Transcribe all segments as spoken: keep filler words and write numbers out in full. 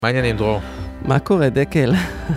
מה העניינים, דרור? מה קורה, דקל?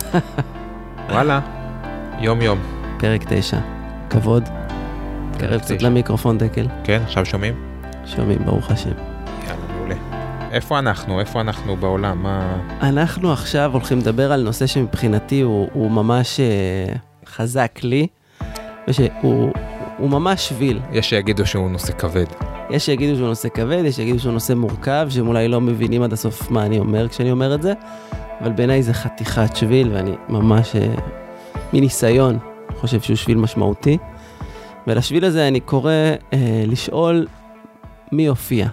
וואלה, יום יום. פרק תשע. כבוד. קרב קצת למיקרופון, דקל. כן, עכשיו שומעים? שומעים, ברוך השם. יאללה, מעולה. איפה אנחנו? איפה אנחנו בעולם? מה... אנחנו עכשיו הולכים לדבר על נושא שמבחינתי הוא, הוא ממש uh, חזק לי, ושהוא הוא ממש שביל. יש שיגידו שהוא נושא כבד. יש שיגידו שהוא נושא כבד, יש שיגידו שהוא נושא מורכב, שהם אולי לא מבינים עד הסוף מה אני אומר כשאני אומר את זה, אבל בעיניי זה חתיכת שביל, ואני ממש uh, מניסיון חושב שהוא שביל משמעותי. ולשביל הזה אני קורא uh, לשאול מי הופיע.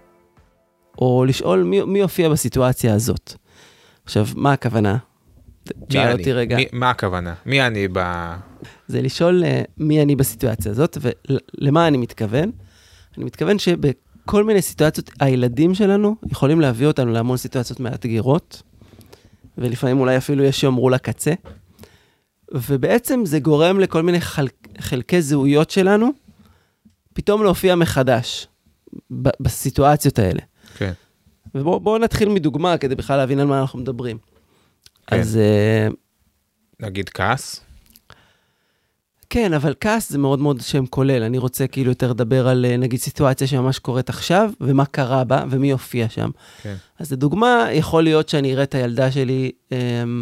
או לשאול מי, מי הופיע בסיטואציה הזאת. עכשיו, מה הכוונה? מי אני? אותי רגע. מי, מה הכוונה? מי אני ב... זה לשאול uh, מי אני בסיטואציה הזאת, ולמה אני מתכוון? אני מתכוון שבכל מיני סיטואציות, הילדים שלנו יכולים להביא אותנו להמון סיטואציות מאתגרות, ולפעמים אולי אפילו יש שאומרו לקצה, ובעצם זה גורם לכל מיני חל... חלקי זהויות שלנו, פתאום להופיע מחדש, ב- בסיטואציות האלה. כן. ובואו נתחיל מדוגמה, כדי בכלל להבין על מה אנחנו מדברים. כן. אז... נגיד כעס? כן, אבל כעס זה מאוד מאוד שם כולל. אני רוצה כאילו יותר לדבר על, נגיד, סיטואציה שממש קורית עכשיו, ומה קרה בה, ומי יופיע שם. כן. אז לדוגמה, יכול להיות שאני אראה את הילדה שלי אמ,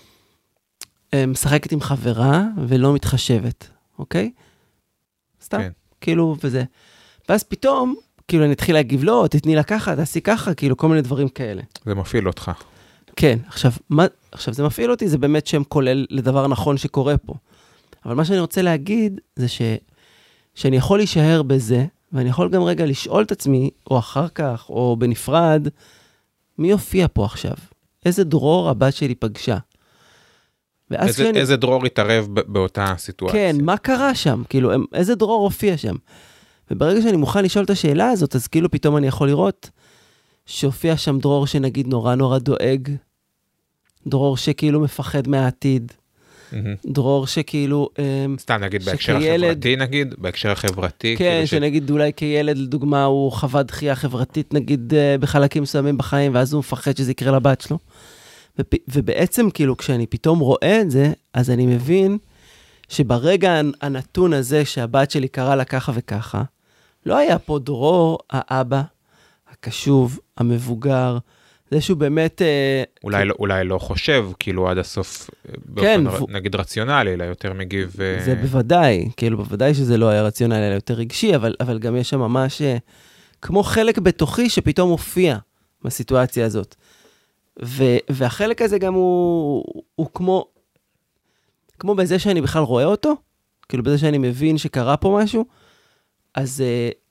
אמ, משחקת עם חברה, ולא מתחשבת, אוקיי? סתם, כן. כאילו, וזה. ואז פתאום, כאילו, אני אתחיל להגיב, לא, תתני לה ככה, תעשי ככה, כאילו, כל מיני דברים כאלה. זה מפעיל אותך. כן, עכשיו, מה, עכשיו, זה מפעיל אותי, זה באמת שם כולל לדבר נכון שקורה פה. אבל מה שאני רוצה להגיד, זה ש, שאני יכול להישאר בזה, ואני יכול גם רגע לשאול את עצמי, או אחר כך, או בנפרד, מי יופיע פה עכשיו? איזה דרור הבת שלי פגשה? איזה, שאני... איזה דרור התערב באותה סיטואציה? כן, מה קרה שם? כאילו, איזה דרור הופיע שם? וברגע שאני מוכן לשאול את השאלה הזאת, אז כאילו פתאום אני יכול לראות שהופיע שם דרור שנגיד נורא נורא דואג, דרור שכאילו מפחד מהעתיד, דרור שכאילו... סתם נגיד בהקשר החברתי נגיד, בהקשר החברתי. כן, שנגיד אולי כילד לדוגמה הוא חווה דחייה חברתית נגיד בחלקים מסוימים בחיים, ואז הוא מפחד שזה יקרה לבת שלו. ובעצם כאילו כשאני פתאום רואה את זה, אז אני מבין שברגע הנתון הזה שהבת שלי קרה לה ככה וככה, לא היה פה דרור האבא, הקשוב, המבוגר, זה שהוא באמת... אולי, לא, אולי לא חושב, כאילו עד הסוף, כן, באופן, ו... נגיד רציונלי, אלא יותר מגיב... זה בוודאי, כאילו בוודאי שזה לא היה רציונלי, אלא יותר רגשי, אבל, אבל גם יש שם ממש כמו חלק בתוכי שפתאום הופיע בסיטואציה הזאת. ו, והחלק הזה גם הוא, הוא כמו, כמו בזה שאני בכלל רואה אותו, כאילו בזה שאני מבין שקרה פה משהו, אז,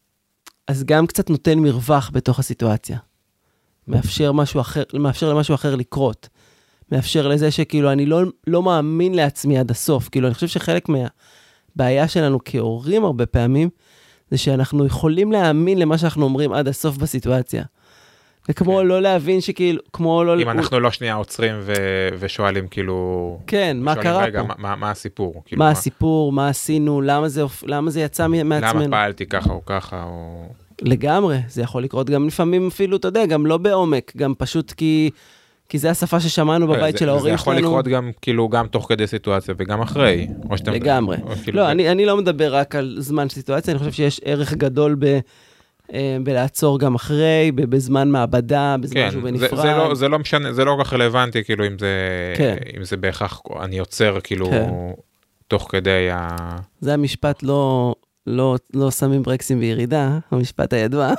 אז גם קצת נותן מרווח בתוך הסיטואציה. מאפשר משהו אחר, מאפשר למשהו אחר לקרות. מאפשר לזה שכאילו אני לא, לא מאמין לעצמי עד הסוף. כאילו אני חושב שחלק מהבעיה שלנו כהורים הרבה פעמים, זה שאנחנו יכולים להאמין למה שאנחנו אומרים עד הסוף בסיטואציה. וכמו כן. לא להבין שכאילו, כמו לא... אם אנחנו הוא... לא שנייה עוצרים ו... ושואלים כאילו... כן, מה קרה רגע, פה? מה, מה, מה הסיפור? כאילו, מה, מה הסיפור, מה עשינו, למה זה, למה זה יצא מעצמנו? למה פעלתי ככה או ככה או... לגמרי, זה יכול לקרות גם לפעמים אפילו, אתה יודע, גם לא בעומק, גם פשוט כי, כי זה השפה ששמענו בבית זה, של ההורים שלנו. זה יכול לקרות גם, כאילו, גם תוך כדי סיטואציה וגם אחרי. לגמרי. כאילו לא, זה... אני, אני לא מדבר רק על זמן סיטואציה, אני חושב שיש ערך גדול ב, בלעצור גם אחרי, בזמן מעבדה, בזמן כן, שהוא בנפרד. זה, זה, לא, זה לא משנה, זה לא כל כך רלוונטי, כאילו, אם זה, כן. אם זה בהכרח, אני יוצר, כאילו, כן. תוך כדי ה... זה המשפט לא... לא, לא שמים ברקסים בירידה, המשפט הידוע.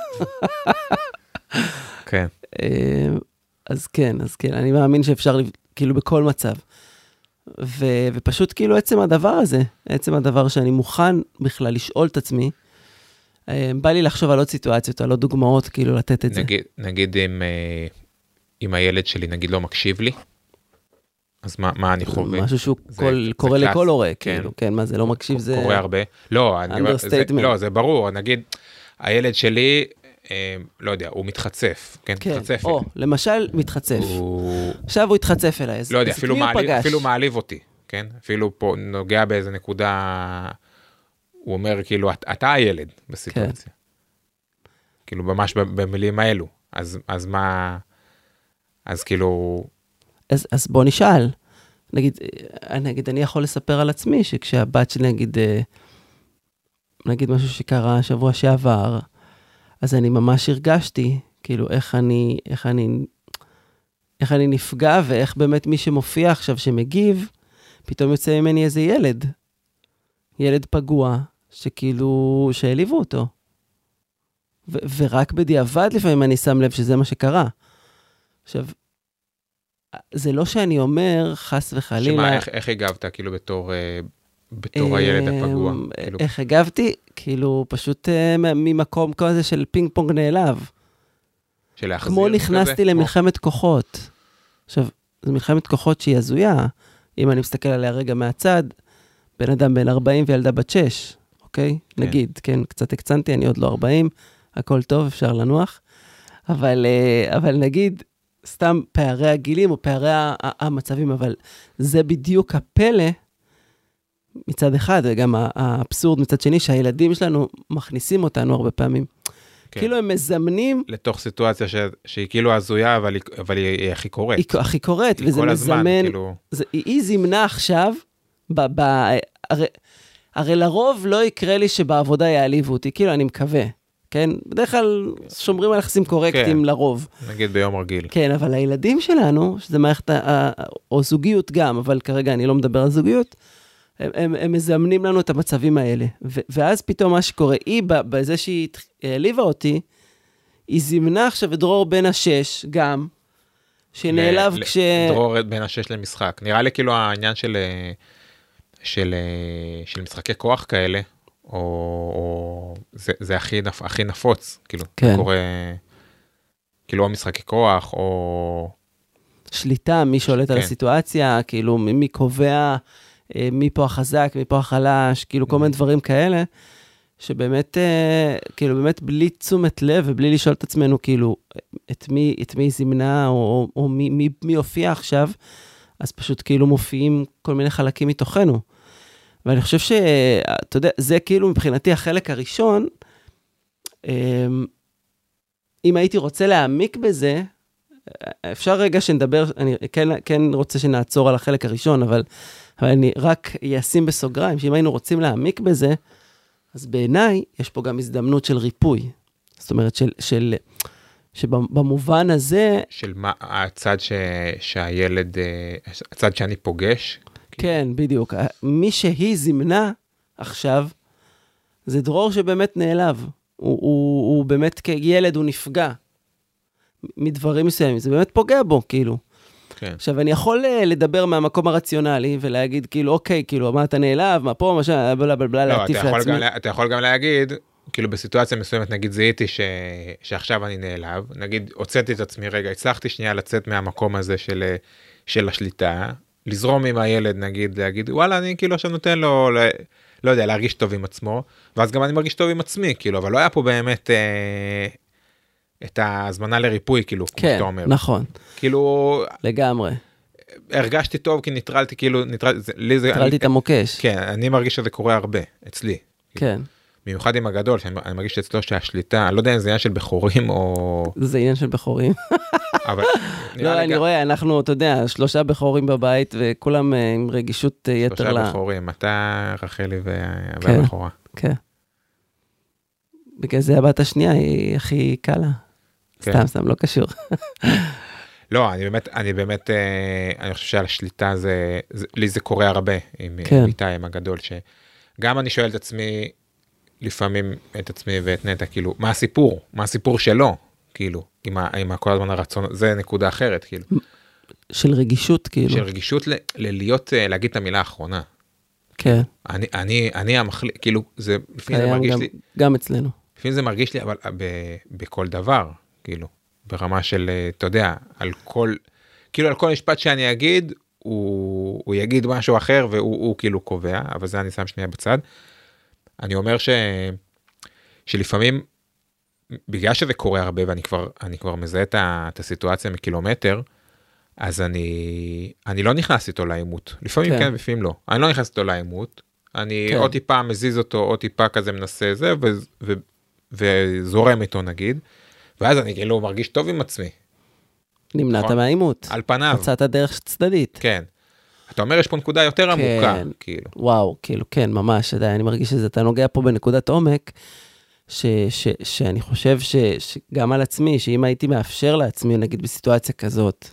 כן. אז כן, אז כן, אני מאמין שאפשר, כאילו, בכל מצב. ו, ופשוט, כאילו, עצם הדבר הזה, עצם הדבר שאני מוכן בכלל לשאול את עצמי, בא לי לחשוב על עוד סיטואציות, על עוד דוגמאות, כאילו, לתת את נגיד, זה. נגיד אם, אם הילד שלי, נגיד, לא מקשיב לי, אז מה, מה אני חווה? משהו שהוא כל, זה, קורא זה לכל הורה, כן. כאילו, כן, מה זה, לא מקשיב, זה... קורא הרבה. לא, אני, זה, לא, זה ברור, נגיד, הילד שלי, אה, לא יודע, הוא מתחצף, כן? כן, מתחצף או, אליי. למשל, מתחצף. הוא... עכשיו הוא התחצף אליי, אז לא יודע, אפילו, מעליב, פגש. אפילו מעליב אותי, כן? אפילו פה נוגע באיזה נקודה, הוא אומר, כאילו, אתה הילד בסיטואציה. כן. כאילו, ממש במילים האלו. אז, אז מה... אז כאילו... אז, אז בוא נשאל. נגיד, נגיד, אני יכול לספר על עצמי, שכשהבת שלי, נגיד, נגיד משהו שקרה שבוע שעבר, אז אני ממש הרגשתי, כאילו, איך אני, איך אני, איך אני נפגע, ואיך באמת מי שמופיע עכשיו, שמגיב, פתאום יוצא ממני איזה ילד. ילד פגוע, שכאילו, שהעליבו אותו. ו- ורק בדיעבד לפעמים אני שם לב שזה מה שקרה. עכשיו, זה לא שאני אומר, חס וחלילה... שמה, איך, איך הגבת, כאילו, בתור, בתור הילד הפגוע? כאילו... איך הגבתי? כאילו, פשוט ממקום כזה של פינג פונג נעלב. של להחזיר כמו נכנסתי כזה? למלחמת כמו... כוחות. עכשיו, זו מלחמת כוחות שהיא הזויה. אם אני מסתכל עליה רגע מהצד, בן אדם בן ארבעים וילדה בת שש, אוקיי? כן. נגיד, כן, קצת הקצנתי, אני עוד לא ארבעים, הכל טוב, אפשר לנוח. אבל, אבל נגיד, סתם פערי הגילים או פערי המצבים, אבל זה בדיוק הפלא מצד אחד, וגם האבסורד מצד שני, שהילדים שלנו מכניסים אותנו הרבה פעמים. כן. כאילו הם מזמנים... לתוך סיטואציה ש... שהיא כאילו הזויה, אבל היא, אבל היא הכי קורית. היא הכי קורית, וזה מזמן... הזמן, כאילו... זה, היא זימנה עכשיו, ב, ב, הרי, הרי לרוב לא יקרה לי שבעבודה יעליבו אותי, כאילו אני מקווה. כן? בדרך כלל שומרים על יחסים קורקטים כן, לרוב. נגיד ביום רגיל. כן, אבל הילדים שלנו, שזה מערכת, או זוגיות גם, אבל כרגע אני לא מדבר על זוגיות, הם, הם, הם מזמנים לנו את המצבים האלה. ו, ואז פתאום מה שקורה, היא, בזה שהיא העליבה אותי, היא זימנה עכשיו את דרור בן השש, גם, שנעלב ל, כש... דרור בן השש למשחק. נראה לי כאילו העניין של, של, של משחקי כוח כאלה, או, או זה, זה הכי, נפ, הכי נפוץ, כאילו, כן. קורה, כאילו, או משחקי כוח, או... שליטה, מי שולט כן. על הסיטואציה, כאילו, מי, מי קובע, מי פה החזק, מי פה החלש, כאילו, כל מיני דברים כאלה, שבאמת, כאילו, באמת בלי תשומת לב, ובלי לשאול את עצמנו, כאילו, את מי, את מי זימנה, או, או, או מי, מי, מי הופיע עכשיו, אז פשוט כאילו מופיעים כל מיני חלקים מתוכנו. ואני חושב שאתה יודע, זה כאילו מבחינתי החלק הראשון, אם הייתי רוצה להעמיק בזה, אפשר רגע שנדבר, אני כן, כן רוצה שנעצור על החלק הראשון, אבל, אבל אני רק אשים בסוגריים, שאם היינו רוצים להעמיק בזה, אז בעיניי יש פה גם הזדמנות של ריפוי. זאת אומרת, של, של, שבמובן הזה... של מה, הצד ש, שהילד, הצד שאני פוגש, כן, בדיוק. מי שהיא זימנה עכשיו, זה דרור שבאמת נעלב. הוא, הוא, הוא באמת כילד, הוא נפגע מדברים מסוימים. זה באמת פוגע בו, כאילו. כן. עכשיו, אני יכול לדבר מהמקום הרציונלי, ולהגיד, כאילו, אוקיי, כאילו, מה אתה נעלב, מה פה, מה ש... בלה בלה בלה, להטיף לעצמי. לא, אתה יכול גם להגיד, כאילו, בסיטואציה מסוימת, נגיד, זיהיתי ש... שעכשיו אני נעלב, נגיד, הוצאתי את עצמי רגע, הצלחתי שנייה לצאת מהמקום הזה של, של השליטה, לזרום עם הילד, נגיד, להגיד, וואלה, אני כאילו עכשיו נותן לו, לא, לא יודע, להרגיש טוב עם עצמו, ואז גם אני מרגיש טוב עם עצמי, כאילו, אבל לא היה פה באמת אה, את ההזמנה לריפוי, כאילו, כן, כמו שאתה אומר. נכון. כאילו... לגמרי. הרגשתי טוב, כי ניטרלתי, כאילו, ניטרל, זה, לי זה... ניטרלתי את המוקש. כן, אני מרגיש שזה קורה הרבה, אצלי. כן. במיוחד עם הגדול, שאני מרגיש אצלו שהשליטה, אני לא יודע אם זה עניין של בחורים או... זה עניין של בחורים. אבל... לא, אני רואה, אנחנו, אתה יודע, שלושה בחורים בבית, וכולם עם רגישות יתר לה. שלושה בחורים, אתה, רחלי והבחורה. כן. בגלל זה הבת השנייה היא הכי קלה. סתם, סתם, לא קשור. לא, אני באמת, אני באמת, אני חושב שעל השליטה זה, לי זה קורה הרבה, עם איתי, עם הגדול, שגם אני שואל את עצמי, לפעמים את עצמי ואת נטע, כאילו, מה הסיפור? מה הסיפור שלו? כאילו, עם, ה, עם כל הזמן הרצון, זה נקודה אחרת, כאילו. של רגישות, כאילו. של רגישות ל, ללהיות, להגיד את המילה האחרונה. כן. אני, אני, אני המחליט, כאילו, זה, לפעמים זה מרגיש גם, לי... גם אצלנו. לפעמים זה מרגיש לי, אבל ב, בכל דבר, כאילו, ברמה של, אתה יודע, על כל, כאילו, על כל משפט שאני אגיד, הוא, הוא יגיד משהו אחר, והוא הוא, כאילו קובע, אבל זה אני שם שנייה בצד. אני אומר ש, שלפעמים, בגלל שזה קורה הרבה, ואני כבר, אני כבר מזהה את, ה, את הסיטואציה מקילומטר, אז אני, אני לא נכנס איתו לאימות. לפעמים כן, כן לפעמים לא. אני לא נכנס איתו לאימות, אני כן. עוד טיפה מזיז אותו, עוד טיפה כזה מנסה זה, ו, ו, וזורם איתו נגיד, ואז אני כאילו מרגיש טוב עם עצמי. נמנעת נכון? מהעימות. על פניו. מצאת דרך צדדית. כן. אתה אומר, יש פה נקודה יותר עמוקה, כן. כאילו. וואו, כאילו, כן, ממש, אתה, אני מרגיש שזה, אתה נוגע פה בנקודת עומק, ש, ש, שאני חושב ש, שגם על עצמי, שאם הייתי מאפשר לעצמי, נגיד בסיטואציה כזאת,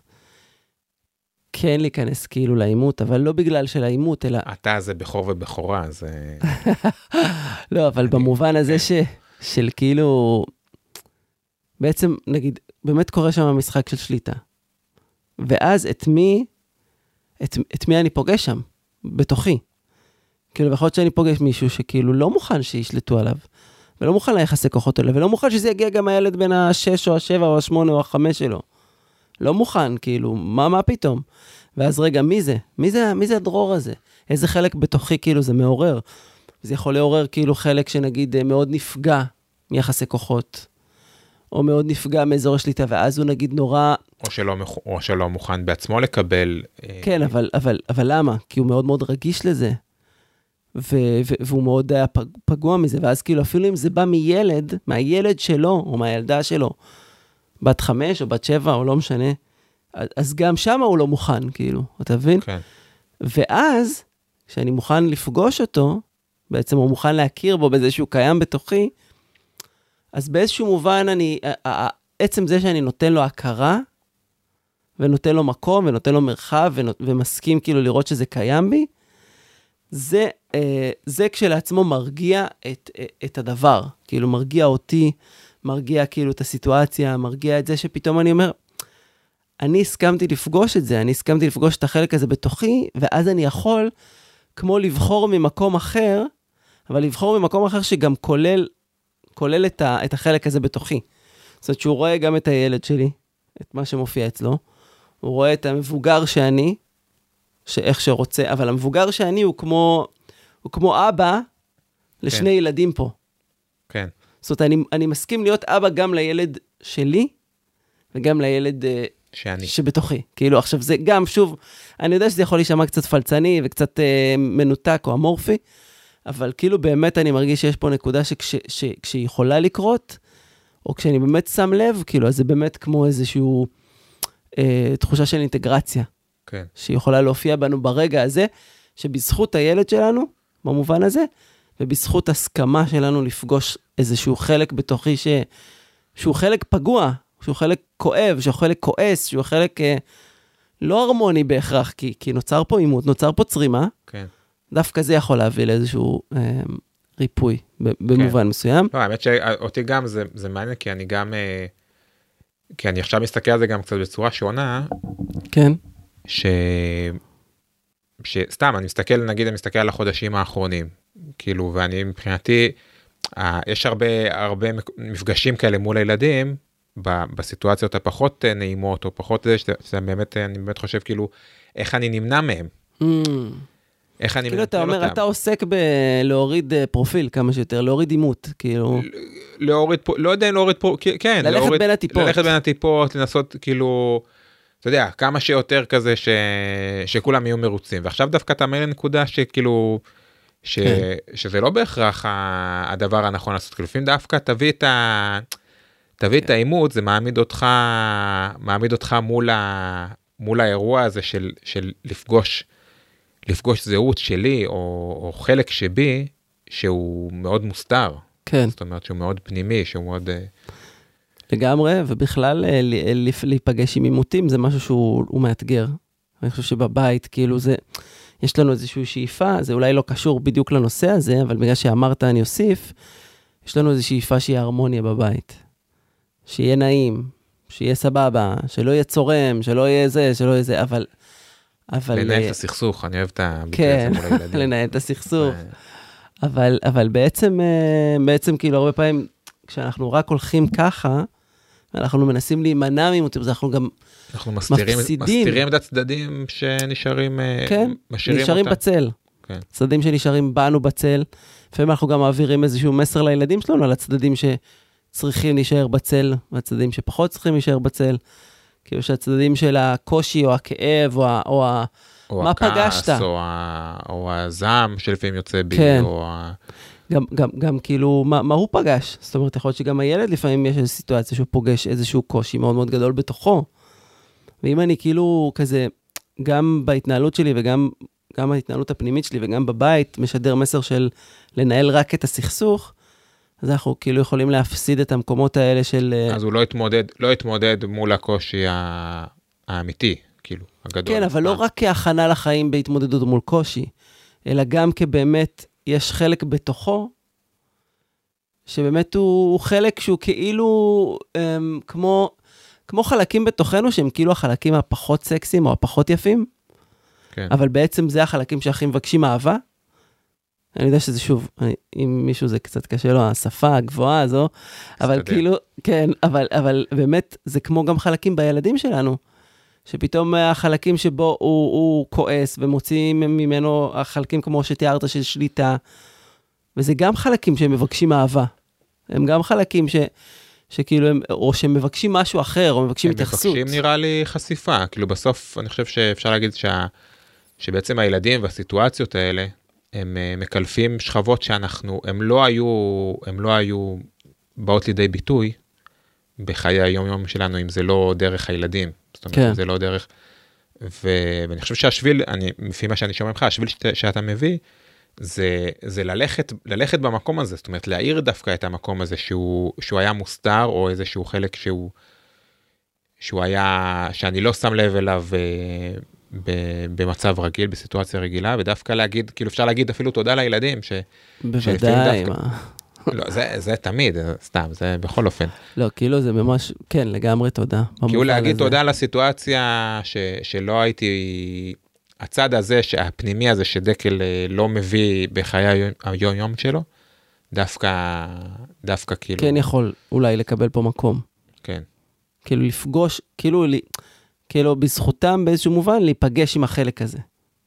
כן להיכנס כאילו לעימות, אבל לא בגלל של העימות, אלא... אתה זה בכור ובכורה, זה... לא, אבל אני... במובן הזה ש, של כאילו... בעצם, נגיד, באמת קורה שם המשחק של שליטה. ואז את מי... את, את מי אני פוגש שם? בתוכי. כאילו, יכול להיות שאני פוגש מישהו שכאילו לא מוכן שישלטו עליו, ולא מוכן ליחסי כוחות אלה, ולא מוכן שזה יגיע גם הילד בין השש או השבע או השמונה או החמש שלו. לא מוכן, כאילו, מה, מה פתאום? ואז רגע, מי זה? מי זה, מי זה הדרור הזה? איזה חלק בתוכי כאילו זה מעורר? זה יכול לעורר כאילו חלק שנגיד מאוד נפגע מיחסי כוחות, או מאוד נפגע מאזור השליטה, ואז הוא נגיד נורא... או שלא, או שלא מוכן בעצמו לקבל... כן, אבל, אבל, אבל למה? כי הוא מאוד מאוד רגיש לזה. ו- ו- והוא מאוד היה פגוע מזה, ואז כאילו אפילו אם זה בא מילד, מהילד שלו, או מהילדה שלו, בת חמש או בת שבע, או לא משנה, אז גם שם הוא לא מוכן, כאילו, אתה מבין? כן. ואז, כשאני מוכן לפגוש אותו, בעצם הוא מוכן להכיר בו בזה שהוא קיים בתוכי, אז באיזשהו מובן אני, עצם זה שאני נותן לו הכרה, ונותן לו מקום, ונותן לו מרחב, ומסכים כאילו לראות שזה קיים בי, זה, זה כשלעצמו מרגיע את, את הדבר, כאילו מרגיע אותי, מרגיע כאילו את הסיטואציה, מרגיע את זה שפתאום אני אומר, אני הסכמתי לפגוש את זה, אני הסכמתי לפגוש את החלק הזה בתוכי, ואז אני יכול כמו לבחור ממקום אחר, אבל לבחור ממקום אחר שגם כולל, כולל את, ה, את החלק הזה בתוכי. זאת אומרת שהוא רואה גם את הילד שלי, את מה שמופיע אצלו, הוא רואה את המבוגר שאני, שאיך שרוצה, אבל המבוגר שאני הוא כמו, הוא כמו אבא לשני כן. ילדים פה. כן. זאת אומרת, אני, אני מסכים להיות אבא גם לילד שלי, וגם לילד שאני. שבתוכי. כאילו, עכשיו זה גם, שוב, אני יודע שזה יכול להישמע קצת פלצני, וקצת אה, מנותק או אמורפי, אבל כאילו באמת אני מרגיש שיש פה נקודה שכש, ש, כשהיא יכולה לקרות, או כשאני באמת שם לב, כאילו, אז זה באמת כמו איזשהו אה, תחושה של אינטגרציה. כן. שיכולה להופיע בנו ברגע הזה, שבזכות הילד שלנו, במובן הזה, ובזכות הסכמה שלנו לפגוש איזשהו חלק בתוכי, ש... שהוא חלק פגוע, שהוא חלק כואב, שהוא חלק כועס, שהוא חלק אה, לא הרמוני בהכרח, כי, כי נוצר פה עימות, נוצר פה צרימה, כן. דווקא זה יכול להביא לאיזשהו אה, ריפוי, במובן כן. מסוים. לא, האמת שאותי גם זה, זה מעניין, כי אני גם, אה, כי אני עכשיו מסתכל על זה גם קצת בצורה שונה, כן. ש... שסתם, אני מסתכל, נגיד, אני מסתכל על החודשים האחרונים, כאילו, ואני מבחינתי, אה, יש הרבה, הרבה מפגשים כאלה מול הילדים, ב, בסיטואציות הפחות נעימות, או פחות זה, שזה באמת, אני באמת חושב, כאילו, איך אני נמנע מהם. Mm. איך אני כאילו, אתה אומר, אותם. אתה עוסק בלהוריד פרופיל כמה שיותר, להוריד אימות, כאילו... להוריד, לא יודע אם להוריד פרופיל, כן. ללכת להוריד, בין הטיפות. ללכת בין הטיפות, לנסות, כאילו... אתה יודע, כמה שיותר כזה ש... שכולם יהיו מרוצים. ועכשיו דווקא אתה אומר לנקודה שכאילו, ש... כן. שזה לא בהכרח הדבר הנכון לעשות. כאילו, לפעמים דווקא תביא את ה... תביא כן. את האימות, זה מעמיד אותך, מעמיד אותך מול, ה... מול האירוע הזה של, של לפגוש, לפגוש זהות שלי, או, או חלק שבי, שהוא מאוד מוסתר. כן. זאת אומרת, שהוא מאוד פנימי, שהוא מאוד... לגמרי, ובכלל להיפגש עם עימותים זה משהו שהוא מאתגר. אני חושב שבבית, כאילו זה, יש לנו איזושהי שאיפה, זה אולי לא קשור בדיוק לנושא הזה, אבל בגלל שאמרת אני אוסיף, יש לנו איזושהי שאיפה שיהיה הרמוניה בבית. שיהיה נעים, שיהיה סבבה, שלא יהיה צורם, שלא יהיה זה, שלא יהיה זה, אבל... אבל לנהל את הסכסוך, אני אוהב את כן, לנהל את הסכסוך. אבל, אבל בעצם, בעצם כאילו הרבה פעמים, כשאנחנו רק הולכים ככה, אנחנו מנסים להימנע ממותים, אז אנחנו גם אנחנו מסתירים, מפסידים. מסתירים את הצדדים שנשארים, כן, נשארים אותם. בצל. כן. צדדים שנשארים בנו בצל. לפעמים אנחנו גם מעבירים איזשהו מסר לילדים שלנו, על הצדדים שצריכים להישאר בצל, והצדדים שפחות צריכים להישאר בצל. כאילו שהצדדים של הקושי, או הכאב, או, ה, או, ה, או מה הכעס, פגשת. או, ה, או הזעם שלפעמים יוצא בי, כן. או ה... גם, גם, גם כאילו, מה, מה הוא פגש? זאת אומרת, יכול להיות שגם הילד לפעמים יש איזו סיטואציה שהוא פוגש איזשהו קושי מאוד מאוד גדול בתוכו. ואם אני כאילו כזה, גם בהתנהלות שלי וגם גם ההתנהלות הפנימית שלי וגם בבית, משדר מסר של לנהל רק את הסכסוך, אז אנחנו כאילו יכולים להפסיד את המקומות האלה של... אז הוא לא יתמודד, לא יתמודד מול הקושי האמיתי, כאילו, הגדול. כן, אבל לא רק כהכנה לחיים בהתמודדות מול קושי, אלא גם כבאמת יש חלק בתוכו, שבאמת הוא, הוא חלק שהוא כאילו um, כמו, כמו חלקים בתוכנו, שהם כאילו החלקים הפחות סקסיים או הפחות יפים, כן. אבל בעצם זה החלקים שהכי מבקשים אהבה. אני יודע שזה שוב, אני, אם מישהו זה קצת קשה לו, השפה הגבוהה הזו, אבל כאילו, כן, אבל, אבל באמת זה כמו גם חלקים בילדים שלנו, שפתאום החלקים שבו הוא, הוא כועס ומוצאים ממנו החלקים כמו שתיארת של שליטה, וזה גם חלקים שהם מבקשים אהבה. הם גם חלקים ש, שכאילו הם, או שהם מבקשים משהו אחר, או מבקשים התייחסות. הם מבקשים נראה לי חשיפה, כאילו בסוף אני חושב שאפשר להגיד שה, שבעצם הילדים והסיטואציות האלה, הם מקלפים שכבות שאנחנו, הם לא היו, הם לא היו באות לידי ביטוי בחיי היום-יום שלנו, אם זה לא דרך הילדים. זאת אומרת, כן. זה לא דרך, ו, ואני חושב שהשביל, אני, לפי מה שאני שומע ממך, השביל שת, שאתה מביא, זה, זה ללכת, ללכת במקום הזה, זאת אומרת, להעיר דווקא את המקום הזה, שהוא, שהוא היה מוסתר, או איזשהו חלק שהוא, שהוא היה, שאני לא שם לב אליו, ב, במצב רגיל, בסיטואציה רגילה, ודווקא להגיד, כאילו אפשר להגיד אפילו תודה לילדים, ש, בוודאי, דווקא, מה? לא, זה, זה תמיד, סתם, זה בכל אופן. לא, כאילו זה ממש, כן, לגמרי תודה. כאילו להגיד הזה. תודה לסיטואציה ש, שלא הייתי, הצד הזה, הפנימי הזה, שדקל לא מביא בחיי היום-יום שלו, דווקא, דווקא כאילו... כן יכול אולי לקבל פה מקום. כן. כאילו לפגוש, כאילו, כאילו בזכותם באיזשהו מובן, להיפגש עם החלק הזה.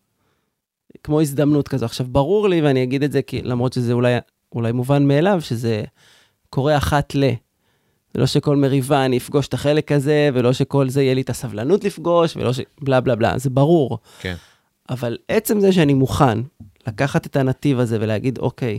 כמו הזדמנות כזו. עכשיו, ברור לי, ואני אגיד את זה, כי למרות שזה אולי... אולי מובן מאליו, שזה קורה אחת ל. זה לא שכל מריבה אני אפגוש את החלק הזה, ולא שכל זה יהיה לי את הסבלנות לפגוש, ולא ש... בלה בלה בלה, זה ברור. כן. אבל עצם זה שאני מוכן לקחת את הנתיב הזה ולהגיד, אוקיי,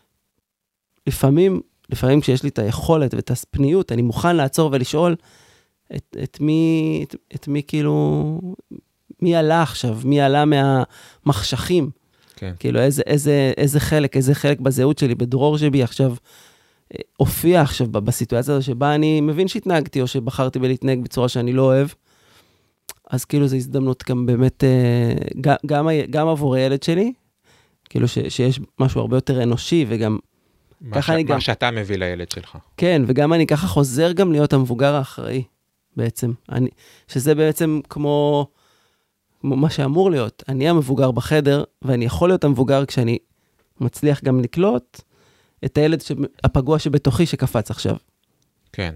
לפעמים, לפעמים כשיש לי את היכולת ואת הפניות, אני מוכן לעצור ולשאול את, את מי, את, את מי כאילו, מי עלה עכשיו, מי עלה מהמחשכים, כן. כאילו איזה, איזה, איזה חלק, איזה חלק בזהות שלי, בדרור שבי עכשיו, הופיע עכשיו בסיטואציה הזו שבה אני מבין שהתנהגתי, או שבחרתי בלהתנהג בצורה שאני לא אוהב, אז כאילו זו הזדמנות גם באמת, גם, גם, גם עבור הילד שלי, כאילו ש, שיש משהו הרבה יותר אנושי, וגם מה, ש, מה גם, שאתה מביא לילד שלך. כן, וגם אני ככה חוזר גם להיות המבוגר האחראי, בעצם. אני, שזה בעצם כמו... מה שאמור להיות, אני המבוגר בחדר, ואני יכול להיות המבוגר כשאני מצליח גם לקלוט את הילד הפגוע שבתוכי שקפץ עכשיו. כן.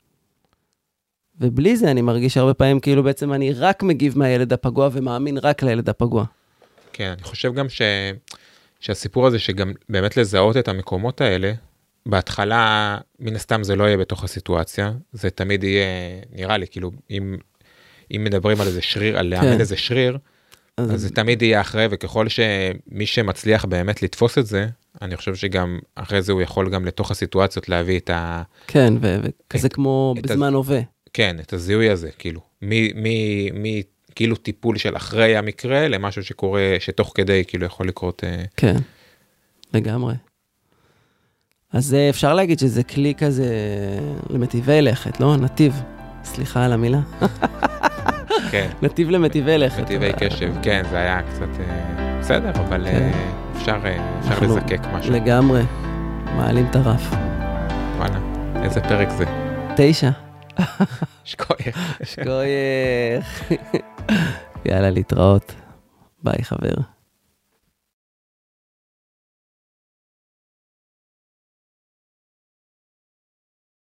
ובלי זה אני מרגיש הרבה פעמים כאילו בעצם אני רק מגיב מהילד הפגוע ומאמין רק לילד הפגוע. כן, אני חושב גם ש... שהסיפור הזה שגם באמת לזהות את המקומות האלה, בהתחלה מן הסתם זה לא יהיה בתוך הסיטואציה, זה תמיד יהיה, נראה לי, כאילו אם... אם מדברים על איזה שריר, על לאמן איזה שריר, אז זה תמיד יהיה אחרי, וככל שמי שמצליח באמת לתפוס את זה, אני חושב שגם אחרי זה הוא יכול גם לתוך הסיטואציות להביא את ה... כן, וכזה כמו בזמן הווה. כן, את הזיהוי הזה, כאילו. מי, כאילו טיפול של אחרי המקרה, למשהו שקורה, שתוך כדי כאילו יכול לקרות... כן, לגמרי. אז אפשר להגיד שזה כלי כזה למטיבי לכת, לא? נתיב. סליחה על המילה. כן. נתיב למטיבי לכת. נתיבי קשב, כן, זה היה קצת בסדר, אבל אפשר לזקק משהו. לגמרי, מעלים את הרף. וואלה, איזה פרק זה? תשע. שקוייך. שקוייך. יאללה, להתראות. ביי חבר.